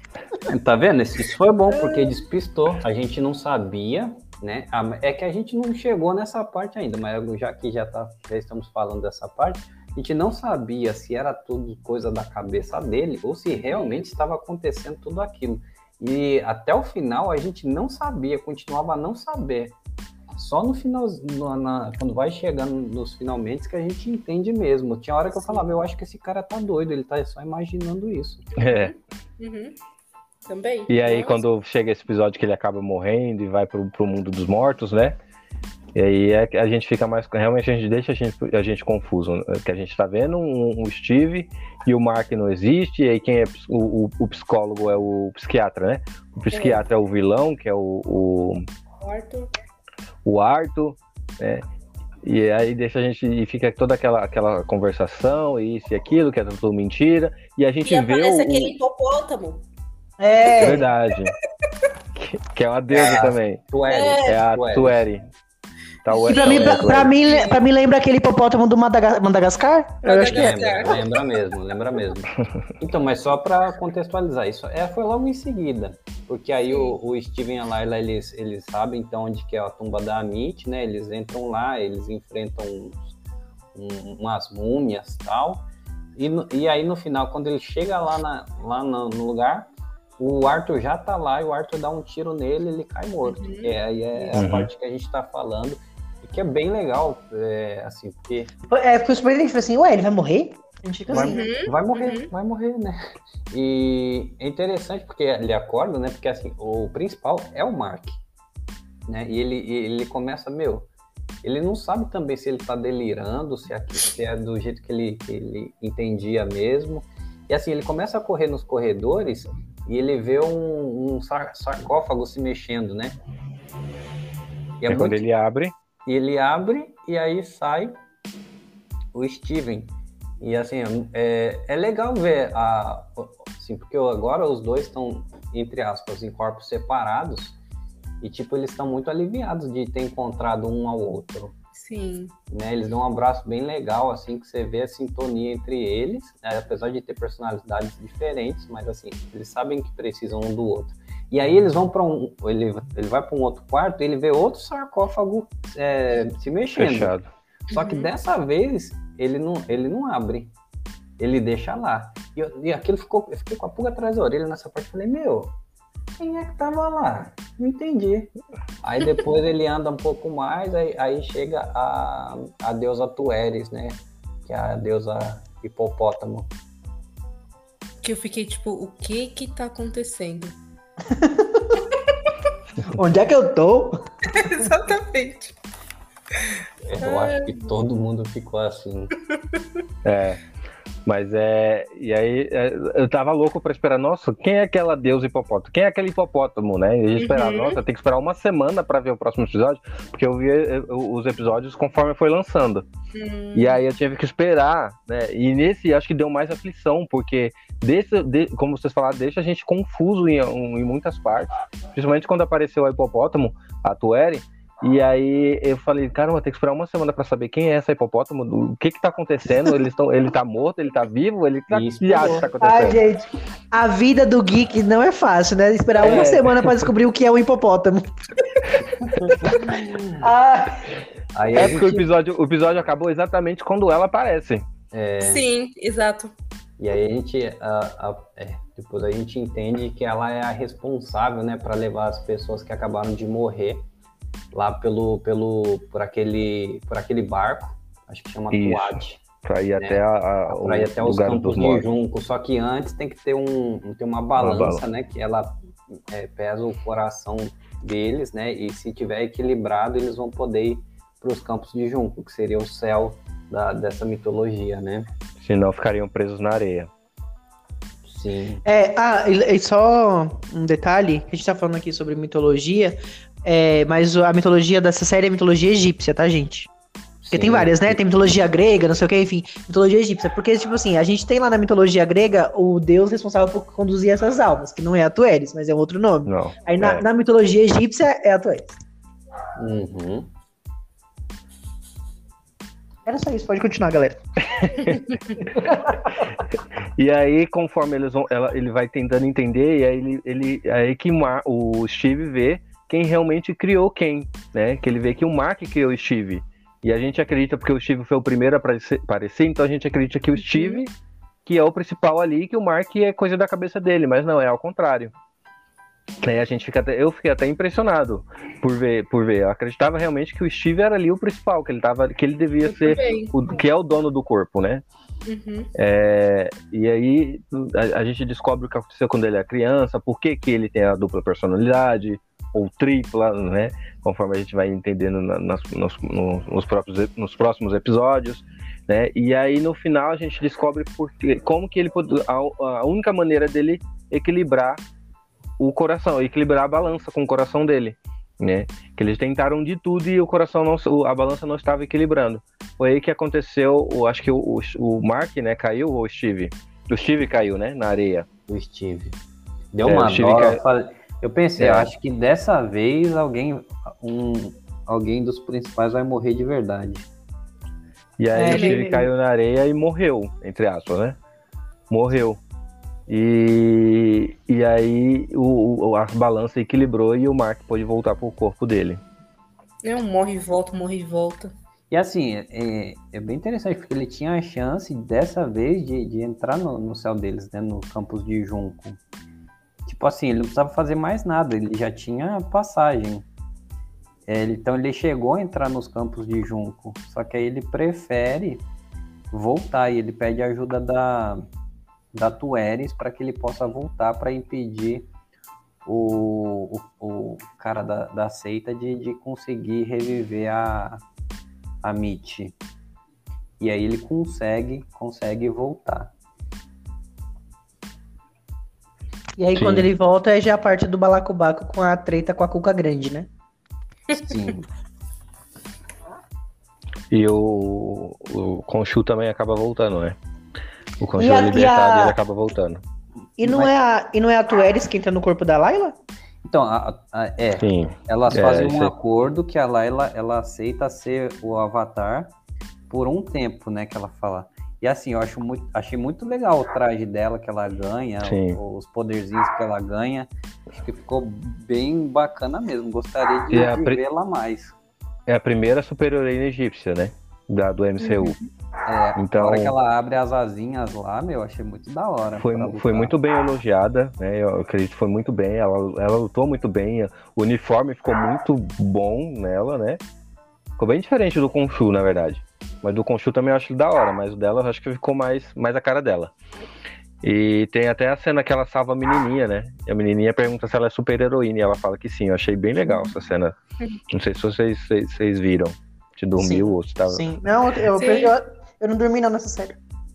Tá vendo? Isso foi bom, porque despistou. A gente não sabia, né? É que a gente não chegou nessa parte ainda, mas já que já, tá, já estamos falando dessa parte, a gente não sabia se era tudo coisa da cabeça dele ou se realmente estava acontecendo tudo aquilo. E até o final a gente não sabia, continuava a não saber. Só no final, no, na, quando vai chegando nos finalmente que a gente entende mesmo. Tinha hora que eu falava, eu acho que esse cara tá doido, ele tá só imaginando isso. É. Uhum. Também. E aí, Nossa. quando chega esse episódio que ele acaba morrendo e vai pro, pro mundo dos mortos, né? E aí é, a gente fica mais... Realmente a gente deixa a gente, a gente confuso. Né? Que a gente tá vendo um, um Steve e o Mark não existe. E aí quem é o, o, o psicólogo é o psiquiatra, né? O psiquiatra é, é o vilão, que é o... O, o Arthur. O Arthur, né? E aí deixa a gente... E fica toda aquela, aquela conversação, isso e aquilo, que é tudo mentira. E a gente e vê aparece o... aquele hipopótamo. É. Verdade. que, que é uma deusa é também. Tueri. É, é a Tueri. Tá, E pra, mim, pra, pra, mim, pra mim lembra aquele hipopótamo do Madaga- Madagascar? Eu acho que é. Lembra, lembra mesmo, lembra mesmo. Então, mas só para contextualizar, isso é, foi logo em seguida, porque aí o, o Steven e a Layla, eles, eles sabem então onde que é a tumba da Amit, né? Eles entram lá, eles enfrentam uns, um, umas múmias e tal, e, no, e aí no final, quando ele chega lá, na, lá no, no lugar, o Arthur já tá lá e o Arthur dá um tiro nele, ele cai morto. Uhum. E aí é a uhum. parte que a gente tá falando, e que é bem legal, é, assim, porque... É, porque os presidentes falam assim, ué, ele vai morrer? A gente fica vai, assim. Vai morrer, uhum. vai morrer, né? E é interessante porque ele acorda, né? Porque, assim, o principal é o Mark, né? E ele, ele começa, meu... Ele não sabe também se ele tá delirando, se é, se é do jeito que ele, que ele entendia mesmo. E, assim, ele começa a correr nos corredores... E ele vê um, um sarcófago se mexendo, né? E é, é muito... quando ele abre. E ele abre e aí sai o Steven. E assim, é, é legal ver, a, assim, porque agora os dois estão, entre aspas, em corpos separados. E tipo, eles estão muito aliviados de ter encontrado um ao outro. Sim. Né? Eles dão um abraço bem legal, assim, que você vê a sintonia entre eles, né? Apesar de ter personalidades diferentes, mas assim, eles sabem que precisam um do outro. E aí eles vão para um, ele, ele vai para um outro quarto e ele vê outro sarcófago é, se mexendo. Fechado. Só que dessa vez ele não, ele não abre, ele deixa lá. E, eu, e aquilo ficou, eu fiquei com a pulga atrás da orelha nessa parte, falei, meu, quem é que tava lá? Não entendi. Aí depois ele anda um pouco mais, aí, aí chega a, a deusa Tueris, né? Que é a deusa hipopótamo. Que eu fiquei tipo, o que que tá acontecendo? Onde é que eu tô? Exatamente. Eu acho que todo mundo ficou assim. É. Mas é... E aí, eu tava louco pra esperar, nossa, quem é aquela deusa hipopótamo? Quem é aquele hipopótamo, né? E a gente esperava, Uhum. nossa, tem que esperar uma semana pra ver o próximo episódio, porque eu vi os episódios conforme foi lançando. Uhum. E aí eu tive que esperar, né? E nesse, acho que deu mais aflição, porque, desse, de, como vocês falaram, deixa a gente confuso em, em muitas partes. Principalmente quando apareceu a hipopótamo, a Tueri, E aí eu falei, cara, vou ter que esperar uma semana pra saber quem é essa hipopótamo, o que que tá acontecendo, eles tão, ele tá morto, ele tá vivo, ele tá... Isso, que acha que tá acontecendo? Ai, gente, a vida do geek não é fácil, né? Esperar É. uma semana pra descobrir o que é um hipopótamo. ah, Aí a É porque o gente, episódio, o episódio acabou exatamente quando ela aparece. é, Sim, exato. e aí a gente, a, a- é, depois a gente entende que ela é a responsável, né, para levar as pessoas que acabaram de morrer lá pelo, pelo, por aquele, por aquele barco, acho que chama Isso. Tuat, Pra ir Né? até, a, a, o para ir até os lugar campos dos de mortos. junco. Só que antes tem que ter um, ter uma balança, balança. né, que ela é, pesa o coração deles, né, e se tiver equilibrado eles vão poder ir para os campos de junco, que seria o céu da, dessa mitologia, né? Senão ficariam presos na areia. Sim. é, ah, e, e só um detalhe, a gente tá falando aqui sobre mitologia, é, mas a mitologia dessa série é mitologia egípcia, tá, gente? Porque tem Sim. várias, né? Tem mitologia grega, não sei o que, enfim, mitologia egípcia. Porque, tipo assim, a gente tem lá na mitologia grega o deus responsável por conduzir essas almas, que não é Atueris, mas é um outro nome. Não. Aí na, é. na mitologia egípcia é Atueris. Uhum. Era só isso, pode continuar, galera. E aí, conforme eles vão, ela, ele vai tentando entender, e aí ele, ele aí que Mar- o Steve vê quem realmente criou quem, né? Que ele vê que o Mark criou o Steve. E a gente acredita, porque o Steve foi o primeiro a aparecer, aparecer, então a gente acredita que o Steve, que é o principal ali, que o Mark é coisa da cabeça dele, mas não, é ao contrário. Aí a gente fica até, eu fiquei até impressionado por ver, por ver. Eu acreditava realmente que o Steve era ali o principal, que ele tava, que ele devia Eu ser também. o que é o dono do corpo, né? Uhum. É, e aí a, a gente descobre o que aconteceu quando ele é criança, por que, que ele tem a dupla personalidade, ou tripla, né? Conforme a gente vai entendendo na- nas- nos, no- nos próprios, nos próximos episódios, né? E aí no final a gente descobre por que- como que ele pode, a, a única maneira dele equilibrar o coração, equilibrar a balança com o coração dele, né? Que eles tentaram de tudo e o coração não, a balança não estava equilibrando. Foi aí que aconteceu, o, acho que o, o, o Mark, né, caiu, ou o Steve? O Steve caiu, né, na areia. O Steve. Deu É, uma o Steve dó. cai- Eu, falei- eu pensei, É. eu acho que dessa vez alguém, um, alguém dos principais vai morrer de verdade. E aí É, o Steve ele- caiu na areia e morreu, entre aspas, né? Morreu. E, e aí o, o, a balança equilibrou e o Mark pôde voltar pro corpo dele. É um morre e volta, morre e volta. E assim, é, é bem interessante, porque ele tinha a chance, dessa vez, de, de entrar no, no céu deles, né? No campus de Junco. Tipo assim, ele não precisava fazer mais nada, ele já tinha passagem. É, ele- então ele chegou a entrar nos campos de Junco, só que aí ele prefere voltar e ele pede ajuda da, da Tueres para que ele possa voltar para impedir o, o, o cara da, da seita de, de conseguir reviver a, a Mitty. E aí ele consegue, consegue voltar. E aí, Sim. quando ele volta, é já a parte do balacobaco com a treta com a Cuca Grande, né? Sim. E o, o Khonshu também acaba voltando, né? O Khonshu E a- é libertado e a- e ele acaba voltando. E não, Mas- é a, e não é a Tueris que entra no corpo da Layla? Então, a- a- é, Sim. elas É, fazem isso um aí. acordo que a Layla ela aceita ser o Avatar por um tempo, né? Que ela fala. E assim, eu acho muito, achei muito legal o traje dela que ela ganha, Sim. os poderzinhos que ela ganha. Acho que ficou bem bacana mesmo. Gostaria de, E a de pri- vê-la mais. É a primeira super heroína egípcia, né? Da, do M C U. É, Então- a hora que ela abre as asinhas lá, meu, achei muito da hora. Foi, pra foi lutar. muito bem elogiada, né? Eu acredito que foi muito bem. Ela, ela lutou muito bem. O uniforme ficou muito bom nela, né? Ficou bem diferente do Khonshu, na verdade. Mas do Khonshu também eu acho da hora, mas o dela eu acho que ficou mais, mais a cara dela. E tem até a cena que ela salva a menininha, né? E a menininha pergunta se ela é super heroína e ela fala que sim. Eu achei bem legal essa cena. Não sei se vocês, vocês, vocês viram. Se dormiu Sim, ou se tava... Sim. Não, eu, Sim. eu, eu não dormi não nessa série.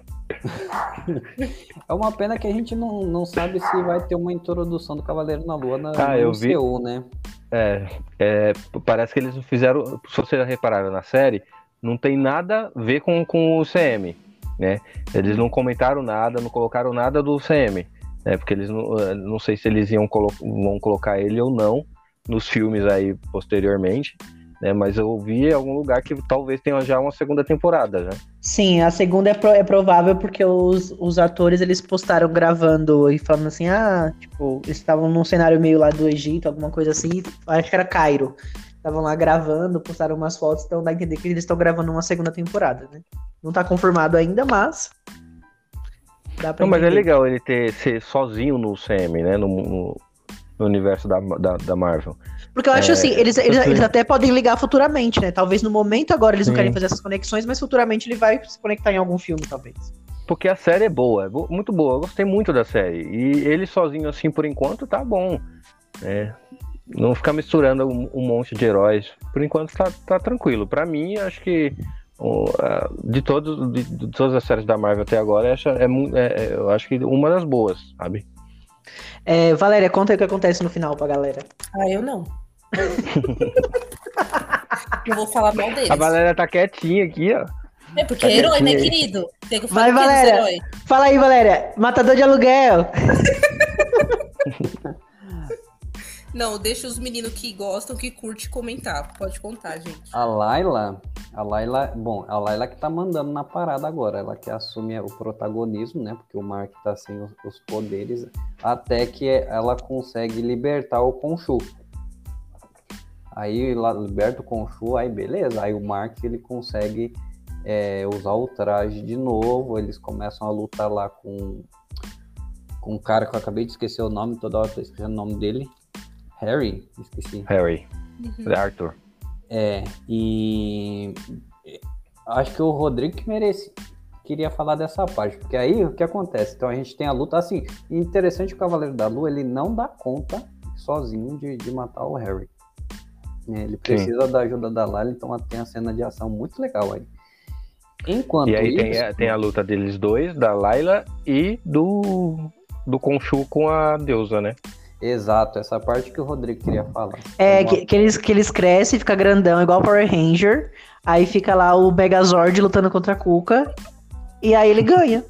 É uma pena que a gente não, não sabe se vai ter uma introdução do Cavaleiro na Lua na, Ah, no eu vi. M C U, né? É, é, parece que eles não fizeram. Se vocês já repararam na série, não tem nada a ver com, com o C M, né? Eles não comentaram nada, não colocaram nada do C M, né? Porque eles não, eh, não sei se eles iam colo- vão colocar ele ou não nos filmes aí posteriormente, né? Mas eu ouvi em algum lugar que talvez tenha já uma segunda temporada, né? Sim, a segunda é, pro- é provável porque os, os atores, eles postaram gravando e falando assim, ah, tipo, eles estavam num cenário meio lá do Egito, alguma coisa assim, acho que era Cairo. Estavam lá gravando, postaram umas fotos, então dá a entender que eles estão gravando uma segunda temporada, né? Não tá confirmado ainda, mas dá pra Não, mas é entender. legal ele ter ser sozinho no C M, né? No, no- no universo da, da, da Marvel. Porque eu acho É, assim, eles, eles, porque- eles até podem ligar futuramente, né? Talvez no momento agora eles não Sim. querem fazer essas conexões, mas futuramente ele vai se conectar em algum filme, talvez. Porque a série é boa, é bo- muito boa. Eu gostei muito da série. E ele sozinho, assim, por enquanto, tá bom. É, não ficar misturando um, um monte de heróis. Por enquanto tá, tá tranquilo. Pra mim, acho que o, a- de, todos, de, de todas as séries da Marvel até agora, essa é, mu- é- é- eu acho que uma das boas, sabe? É, Valéria, conta aí o que acontece no final pra galera. Ah, eu não. Eu vou falar mal deles. A Valéria tá quietinha aqui, ó. É porque tá é herói, né, quietinha aí. querido? Tem que Vai, falar o quê dos Valéria. heróis? Fala aí, Valéria. Matador de aluguel. Não, deixa os meninos que gostam, que curte comentar. Pode contar, gente. A Layla, a Layla, bom, a Layla que tá mandando na parada agora, ela que assume o protagonismo, né? Porque o Mark tá sem os, os poderes, até que ela consegue libertar o Khonshu. Aí ela liberta o Khonshu, aí beleza, aí o Mark ele consegue é, usar o traje de novo, eles começam a lutar lá com, com um cara que eu acabei de esquecer o nome, toda hora eu tô esquecendo o nome dele. Harry, esqueci. Harry. Uhum. Arthur. É, e acho que o Rodrigo que merece, queria falar dessa parte, porque aí o que acontece? Então a gente tem a luta, assim, interessante, o Cavaleiro da Lua, ele não dá conta sozinho de, de matar o Harry. É, ele precisa da ajuda da Layla, então tem a cena de ação muito legal aí. Enquanto E aí isso, tem, a- tem a luta deles dois, da Layla e do, do Khonshu com a deusa, né? exato, essa parte que o Rodrigo queria falar. É, Uma- que, que eles, que eles crescem, fica grandão, igual o Power Ranger. Aí fica lá o Megazord lutando contra a Kuka. E aí ele ganha.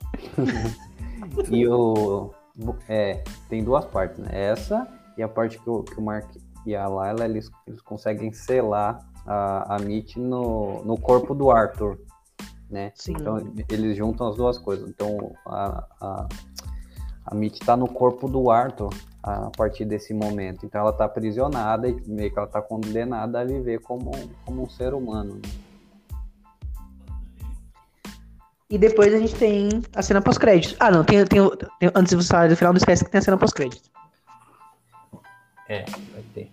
E o. É, tem duas partes, né? Essa e a parte que o, que o Mark e a Layla eles, eles conseguem selar a, a Mitch no, no corpo do Arthur, né? Sim. Então eles juntam as duas coisas. Então a, a, a Mitch tá no corpo do Arthur a partir desse momento. Então ela tá aprisionada e meio que ela tá condenada a viver como, como um ser humano, né? E depois a gente tem a cena pós-crédito. Ah, não, tem, tem, tem- antes de você falar do final, não esquece que tem a cena pós-crédito. É, vai ter.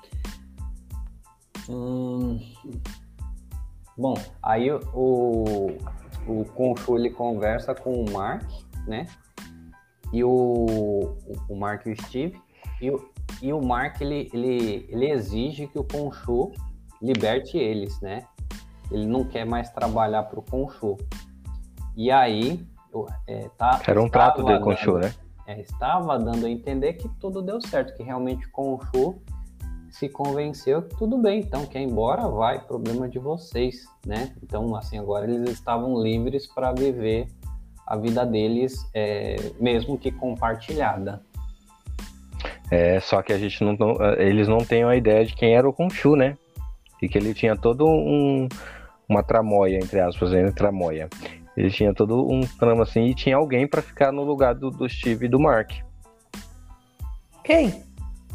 Hum, Bom, aí o, o Khonshu ele conversa com o Mark, né? E o, o Mark e o Steve. E o, e o Mark ele, ele, ele exige que o Khonshu liberte eles, né? Ele não quer mais trabalhar para o Khonshu. E aí, eu- é, tá, Era um trato estava dele com o Khonshu, dando- né? é, estava dando a entender que tudo deu certo, que realmente o Khonshu se convenceu que tudo bem, então quer ir embora, vai, problema de vocês, né? Então, assim, agora eles estavam livres para viver a vida deles, é, mesmo que compartilhada. É, só que a gente não, não- eles não têm a ideia de quem era o Khonshu, né? E que ele tinha todo um uma tramóia, entre aspas, né? Tramóia. Ele tinha todo um trama assim e tinha alguém pra ficar no lugar do, do Steve e do Mark. Quem?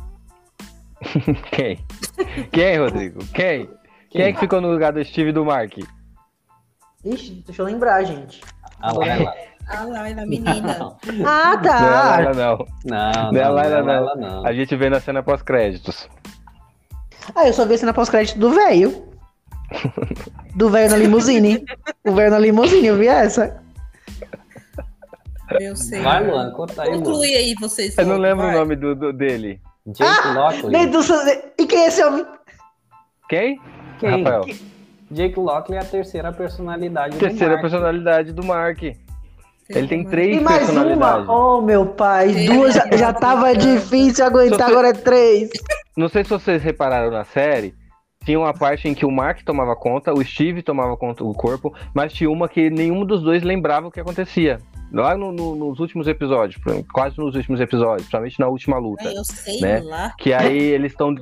Quem? Quem, Rodrigo? Quem? Quem é que ficou no lugar do Steve e do Mark? Ixi, deixa eu lembrar, gente. A Layla. Ah lá, é na menina. Ah, Não é a tá. Layla, não. Não, Não é a não, Layla, não é a não. Layla, não. A gente vê na cena pós-créditos. Ah, eu só vi a cena pós-crédito do velho. Do velho na limusine. O velho na limusine, eu vi essa. Meu senhor. Vai, Luan, conta aí, Luan. Conclui aí vocês. Eu não logo, lembro vai. o nome do, do- dele. Jake Lockley. Nem do... E quem é esse homem? Quem? Quem? Rafael. Jake Lockley é a terceira personalidade Terceira do Mark. personalidade do Mark. Ele tem E três mais personalidades. uma? Oh, meu pai. Tem. Duas já, já tava difícil aguentar, Se você- agora é três. Não sei se vocês repararam na série, tinha uma parte em que o Mark tomava conta, o Steve tomava conta do corpo, mas tinha uma que nenhum dos dois lembrava o que acontecia. Lá no- no- nos últimos episódios, quase nos últimos episódios, principalmente na última luta. Ai, eu sei né? lá. Que aí eles estão. Que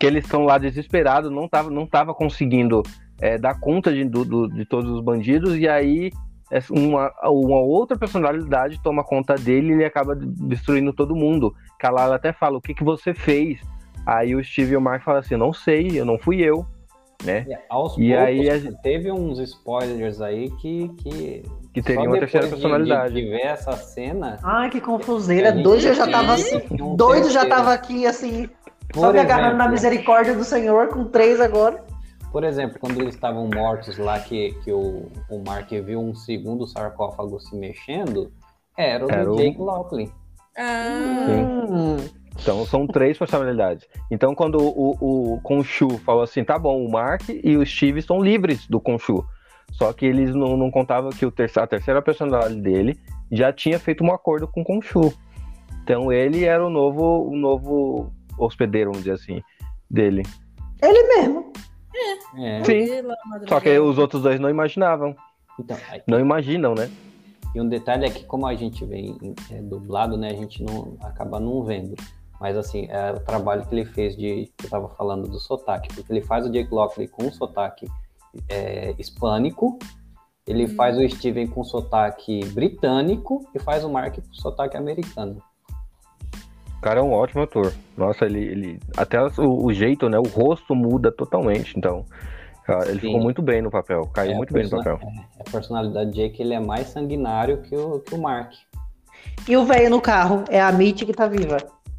que eles estão lá desesperados, não tava, não tava conseguindo é, dar conta de, do, do, de todos os bandidos, e aí uma, uma outra personalidade toma conta dele e ele acaba destruindo todo mundo. Que a Lala até fala, o que, que você fez? Aí o Steve e o Mark falam assim, não sei, eu não fui eu, né? É, aos e poucos, aí a gente... teve uns spoilers aí que... que... Que teria uma terceira personalidade. De, de ver essa cena... Ai, que confuseira. Doido já, já tava assim... Doido já tava aqui, assim... Por só me exemplo, agarrando na misericórdia do Senhor, com três agora. Por exemplo, quando eles estavam mortos lá, que, que o, o Mark viu um segundo sarcófago se mexendo, era o Era do o- Jake Lockley. Ah, Hum. Então são três personalidades. Então quando o, o, o Khonshu falou assim, tá bom, o Mark e o Steve estão livres do Khonshu. Só que eles não, não contavam que o terça, a terceira personalidade dele já tinha feito um acordo com o Khonshu. Então ele era o novo, o novo hospedeiro, vamos dizer assim, dele. Ele mesmo. É. Sim. pela Só que os outros dois não imaginavam. Então, aí- Não imaginam, né? e um detalhe é que como a gente vem é, dublado, né, a gente não acaba não vendo. Mas assim, é o trabalho que ele fez de, que eu tava falando do sotaque, porque ele faz o Jake Lockley com sotaque é, hispânico, ele Hum. faz o Steven com sotaque britânico e faz o Mark com sotaque americano. O cara é um ótimo ator. Nossa, ele, ele até o, o jeito, né? O rosto muda totalmente. Então, cara, ele Sim. ficou muito bem no papel. Caiu É, muito a bem no persona- papel. é, a personalidade de Jake, ele é mais sanguinário que o, que o Mark. E o velho no carro? É a Mitty que tá viva.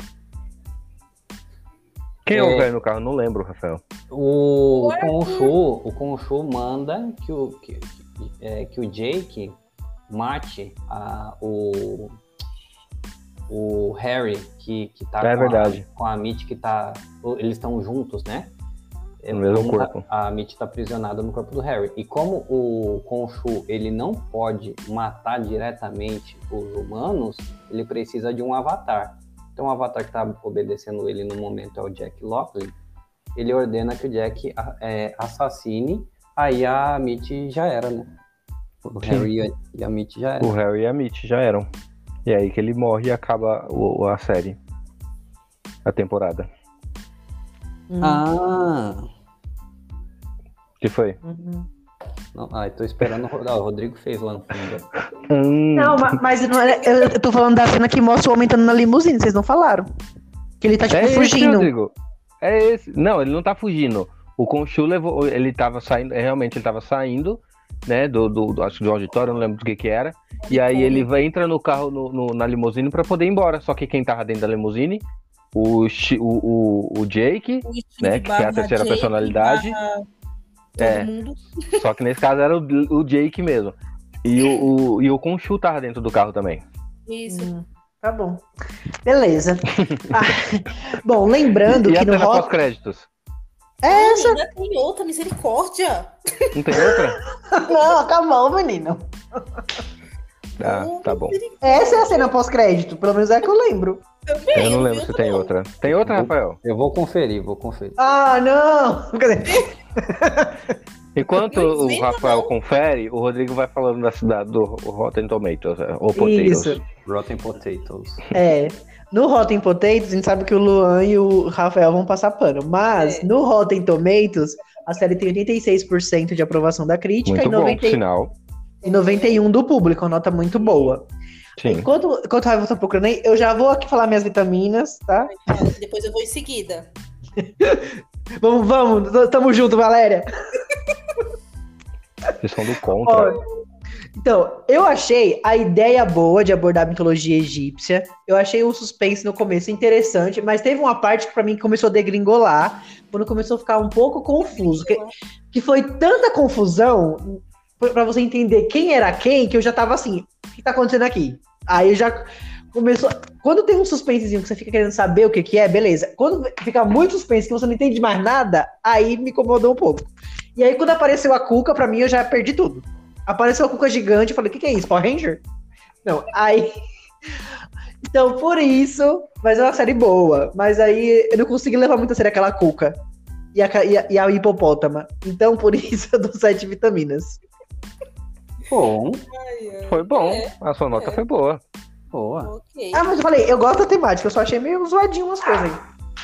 Quem é, É. o velho no carro? Não lembro, Rafael. O O Arthur. Khonshu, o Khonshu manda que o, que, que- é, que o Jake mate a, o, o Harry, que, que tá É com, verdade. A, com a Mitty, que tá... Eles estão juntos, né? É, No mesmo como corpo. A, a Mitty tá aprisionada no corpo do Harry. E como o Khonshu, ele não pode matar diretamente os humanos, ele precisa de um avatar. Então o avatar que tá obedecendo ele no momento é o Jack Lockley. Ele ordena que o Jack é, assassine, aí a Mitty já era, né? O Sim. Harry e a- e a Mitty já era. O Harry e a Mitty já eram. E aí que ele morre e acaba o- a série. A temporada. Hum. Ah! Que foi? Uhum. Não, ah, eu tô esperando o Ro- ah, o Rodrigo fez lá no fundo. Hum, Não, ma- mas não é, eu, eu tô falando da cena que mostra o homem entrando na limusine, vocês não falaram. Que ele tá, tipo, é esse, fugindo. Rodrigo. É esse. Não, ele não tá fugindo. O Khonshu levou. Ele tava saindo. é, Realmente ele tava saindo, né? Do, do, do- acho que do auditório, não lembro do que que era. E aí ele vai, entra no carro, no, no- na limusine pra poder ir embora. Só que quem tava dentro da limusine, o, Chi- o, o, o Jake, O Steve né, que é a barra terceira Jake personalidade. barra todo É. mundo. só que nesse caso era o, o Jake mesmo. E o, o, e o Khonshu tava dentro do carro também. Isso. Hum, tá bom. Beleza. Ah, bom, lembrando E que a no cena Rock... pós-créditos? É Ai, essa? ainda tem outra, misericórdia. Não tem outra? Não, acabou, menino. Ah, Oh, tá bom. Essa é a cena pós-crédito, pelo menos é a que eu lembro. Também, Eu não lembro vi se tem não. outra. Tem outra, Rafael? Eu vou conferir, vou conferir. Ah, não! Cadê? Enquanto Não o inventa, Rafael não. confere, o Rodrigo vai falando da cidade do Rotten Tomatoes, é, ou Potatoes. Isso. Rotten Potatoes. É. No Rotten Potatoes, a gente sabe que o Luan e o Rafael vão passar pano. Mas É. no Rotten Tomatoes, a série tem oitenta e seis por cento de aprovação da crítica Muito e, bom, noventa por sinal. e noventa e um por cento do público, uma nota muito boa. Sim. Enquanto, enquanto o Rafael tá procurando aí, eu já vou aqui falar minhas vitaminas, tá? Depois eu vou em seguida. Vamos, vamos, tamo junto, Valéria. Vocês são do contra. Ó, então, eu achei a ideia boa de abordar a mitologia egípcia. Eu achei o suspense no começo interessante, mas teve uma parte que pra mim começou a degringolar, quando começou a ficar um pouco confuso. Que, que foi tanta confusão pra pra você entender quem era quem, que eu já tava assim, o que tá acontecendo aqui? Aí já começou. Quando tem um suspensezinho que você fica querendo saber o que, que é, beleza. Quando fica muito suspense que você não entende mais nada, aí me incomodou um pouco. E aí, quando apareceu a Cuca, pra mim, eu já perdi tudo. Apareceu a Cuca gigante, eu falei, o que, que é isso? Power Ranger? Não, aí... Então, por isso... Mas é uma série boa. Mas aí, eu não consegui levar muito a sério aquela Cuca. E a, e a, e a hipopótama. Então, por isso, eu dou sete vitaminas. Bom, Ai, ai. Foi bom. É, A sua nota é. foi boa. boa. ok. Ah, mas eu falei, eu gosto da temática. Eu só achei meio zoadinho umas coisas aí.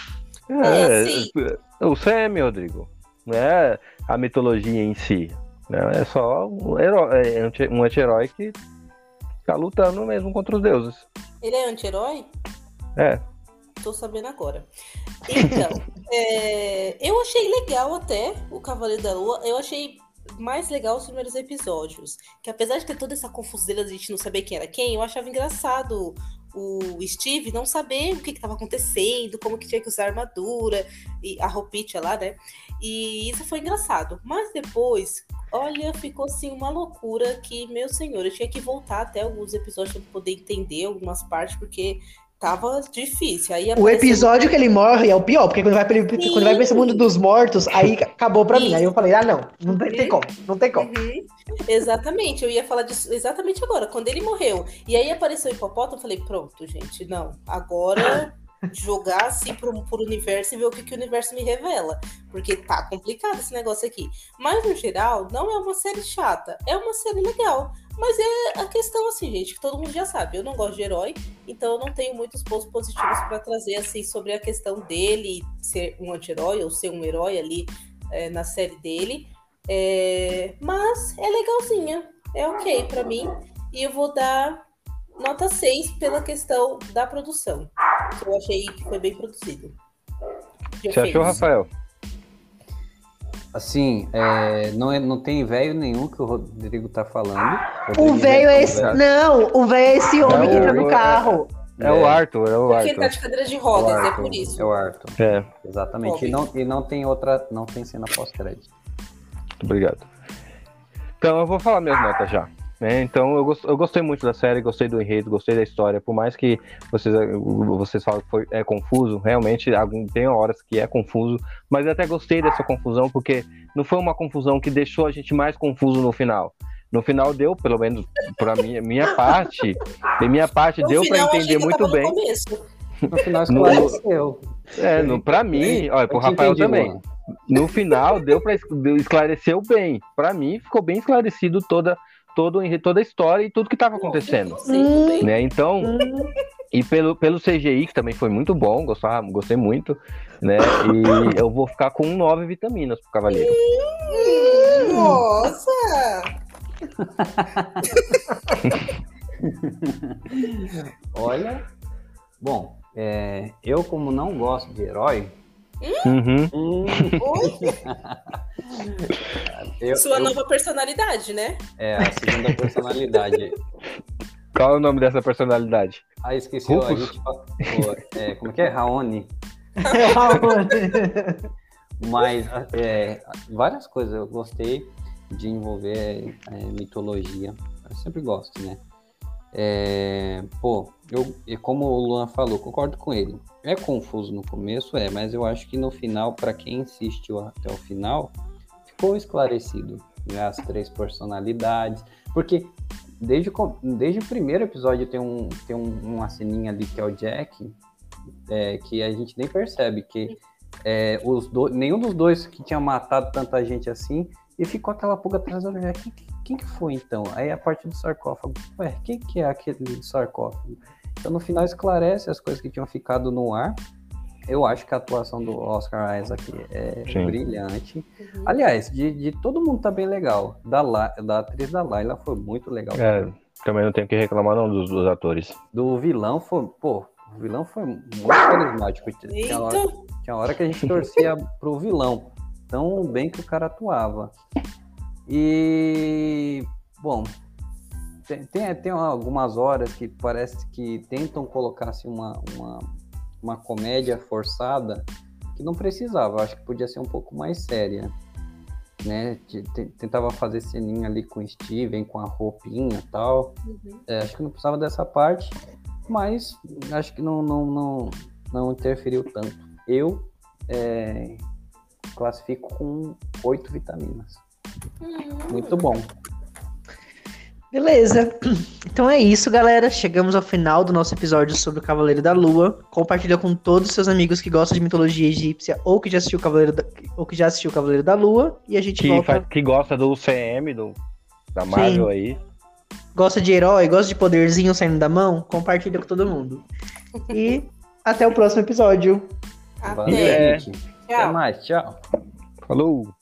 É, assim. O Sam, Rodrigo. Não é a mitologia em si. Né? É só um, herói, um anti-herói que tá lutando mesmo contra os deuses. Ele é anti-herói? É. Tô sabendo agora. Então, é, eu achei legal até o Cavaleiro da Lua. Eu achei mais legal os primeiros episódios. Que apesar de ter toda essa confusão, a gente não saber quem era quem, eu achava engraçado o Steve não saber o que estava acontecendo, como que tinha que usar a armadura, e a roupinha lá, né? E isso foi engraçado. Mas depois, olha, ficou assim uma loucura que, meu senhor, eu tinha que voltar até alguns episódios para poder entender algumas partes, porque tava difícil. Aí O apareceu... episódio que ele morre é o pior, porque quando vai pra, ele, quando vai pra esse mundo dos mortos, aí acabou pra Sim. mim. Aí eu falei, ah, não, não tem, tem como, não tem como. Uhum. Exatamente, eu ia falar disso exatamente agora, quando ele morreu. E aí apareceu o hipopótamo, eu falei, pronto, gente, não, agora jogar assim pro, pro universo e ver o que, que o universo me revela. Porque tá complicado esse negócio aqui. Mas, no geral, não é uma série chata, é uma série legal. Mas é a questão assim, gente, que todo mundo já sabe. Eu não gosto de herói, então eu não tenho muitos pontos positivos para trazer assim sobre a questão dele ser um anti-herói ou ser um herói ali é, na série dele. É... Mas é legalzinha, é ok para mim. E eu vou dar nota seis pela questão da produção, que eu achei que foi bem produzido. Você achou, Rafael? Assim, é, não, é, não tem velho nenhum que o Rodrigo tá falando. O velho é esse. Não, o velho é esse homem é que entra no carro. É, é o Arthur, é o Arthur. Porque ele tá de cadeira de rodas, Arthur, é por isso. É o Arthur. É. Exatamente. E não, e não tem outra, não tem cena pós-crédito. Muito obrigado. Então eu vou falar minhas notas já. Né? Então eu, gost, eu gostei muito da série, gostei do enredo, gostei da história. Por mais que vocês, vocês falam que foi, é confuso, realmente algum, tem horas que é confuso, mas eu até gostei dessa confusão, porque não foi uma confusão que deixou a gente mais confuso no final. No final deu, pelo menos pra minha, minha parte, de minha parte no deu final, pra entender muito bem. No, no final esclareceu. É, no, pra mim, olha, pro Rafael entendi, também. Mano. No final deu pra esclareceu bem. Pra mim ficou bem esclarecido toda Todo, toda a história e tudo que estava acontecendo. Hum, né? Então, hum. e pelo, pelo C G I, que também foi muito bom, gostava, gostei muito, né? E eu vou ficar com nove vitaminas pro Cavaleiro. Hum, nossa! Olha, bom, é, eu como não gosto de herói, Uhum. Hum. eu, Sua eu... nova personalidade, né? É, a segunda personalidade. Qual é o nome dessa personalidade? Ah, esqueci. Ó, a gente fala, é, como é que é? Raoni. Mas é, várias coisas eu gostei de envolver é, mitologia. Eu sempre gosto, né? É, pô, eu, como o Luan falou, concordo com ele. É confuso no começo, é, mas eu acho que no final, para quem assistiu até o final, ficou esclarecido, né, as três personalidades, porque desde, desde o primeiro episódio tem, um, tem um, uma ceninha ali que é o Jack, é, que a gente nem percebe que é, os do, nenhum dos dois que tinha matado tanta gente assim, e ficou aquela pulga atrás da orelha. Quem, quem que foi então? Aí a parte do sarcófago, ué, quem que é aquele sarcófago? Então no final esclarece as coisas que tinham ficado no ar. Eu acho que a atuação do Oscar Isaac é Sim. brilhante. Uhum. Aliás, de, de todo mundo tá bem legal. Da, La, da atriz da Layla foi muito legal. É, também não tenho que reclamar não dos, dos atores. Do vilão foi, pô, o vilão foi muito carismático. Tinha hora, tinha hora que a gente torcia pro vilão. Tão bem que o cara atuava. E, bom, tem, tem, tem algumas horas que parece que tentam colocar assim, uma, uma, uma comédia forçada que não precisava. Acho que podia ser um pouco mais séria. Né? Tentava fazer ceninha ali com o Steven, com a roupinha e tal. Uhum. É, acho que não precisava dessa parte, mas acho que não, não, não, não interferiu tanto. Eu é, classifico com oito vitaminas. Uhum. Muito bom. Beleza. Então é isso, galera. Chegamos ao final do nosso episódio sobre o Cavaleiro da Lua. Compartilha com todos os seus amigos que gostam de mitologia egípcia ou que já assistiu o Cavaleiro da, ou que já assistiu o Cavaleiro da Lua. E a gente que, volta... faz, que gosta do C M, do, da Marvel. Sim. Aí. Gosta de herói, gosta de poderzinho saindo da mão? Compartilha com todo mundo. E até o próximo episódio. Até. Valeu, É. gente. Tchau. Até mais, tchau. Falou!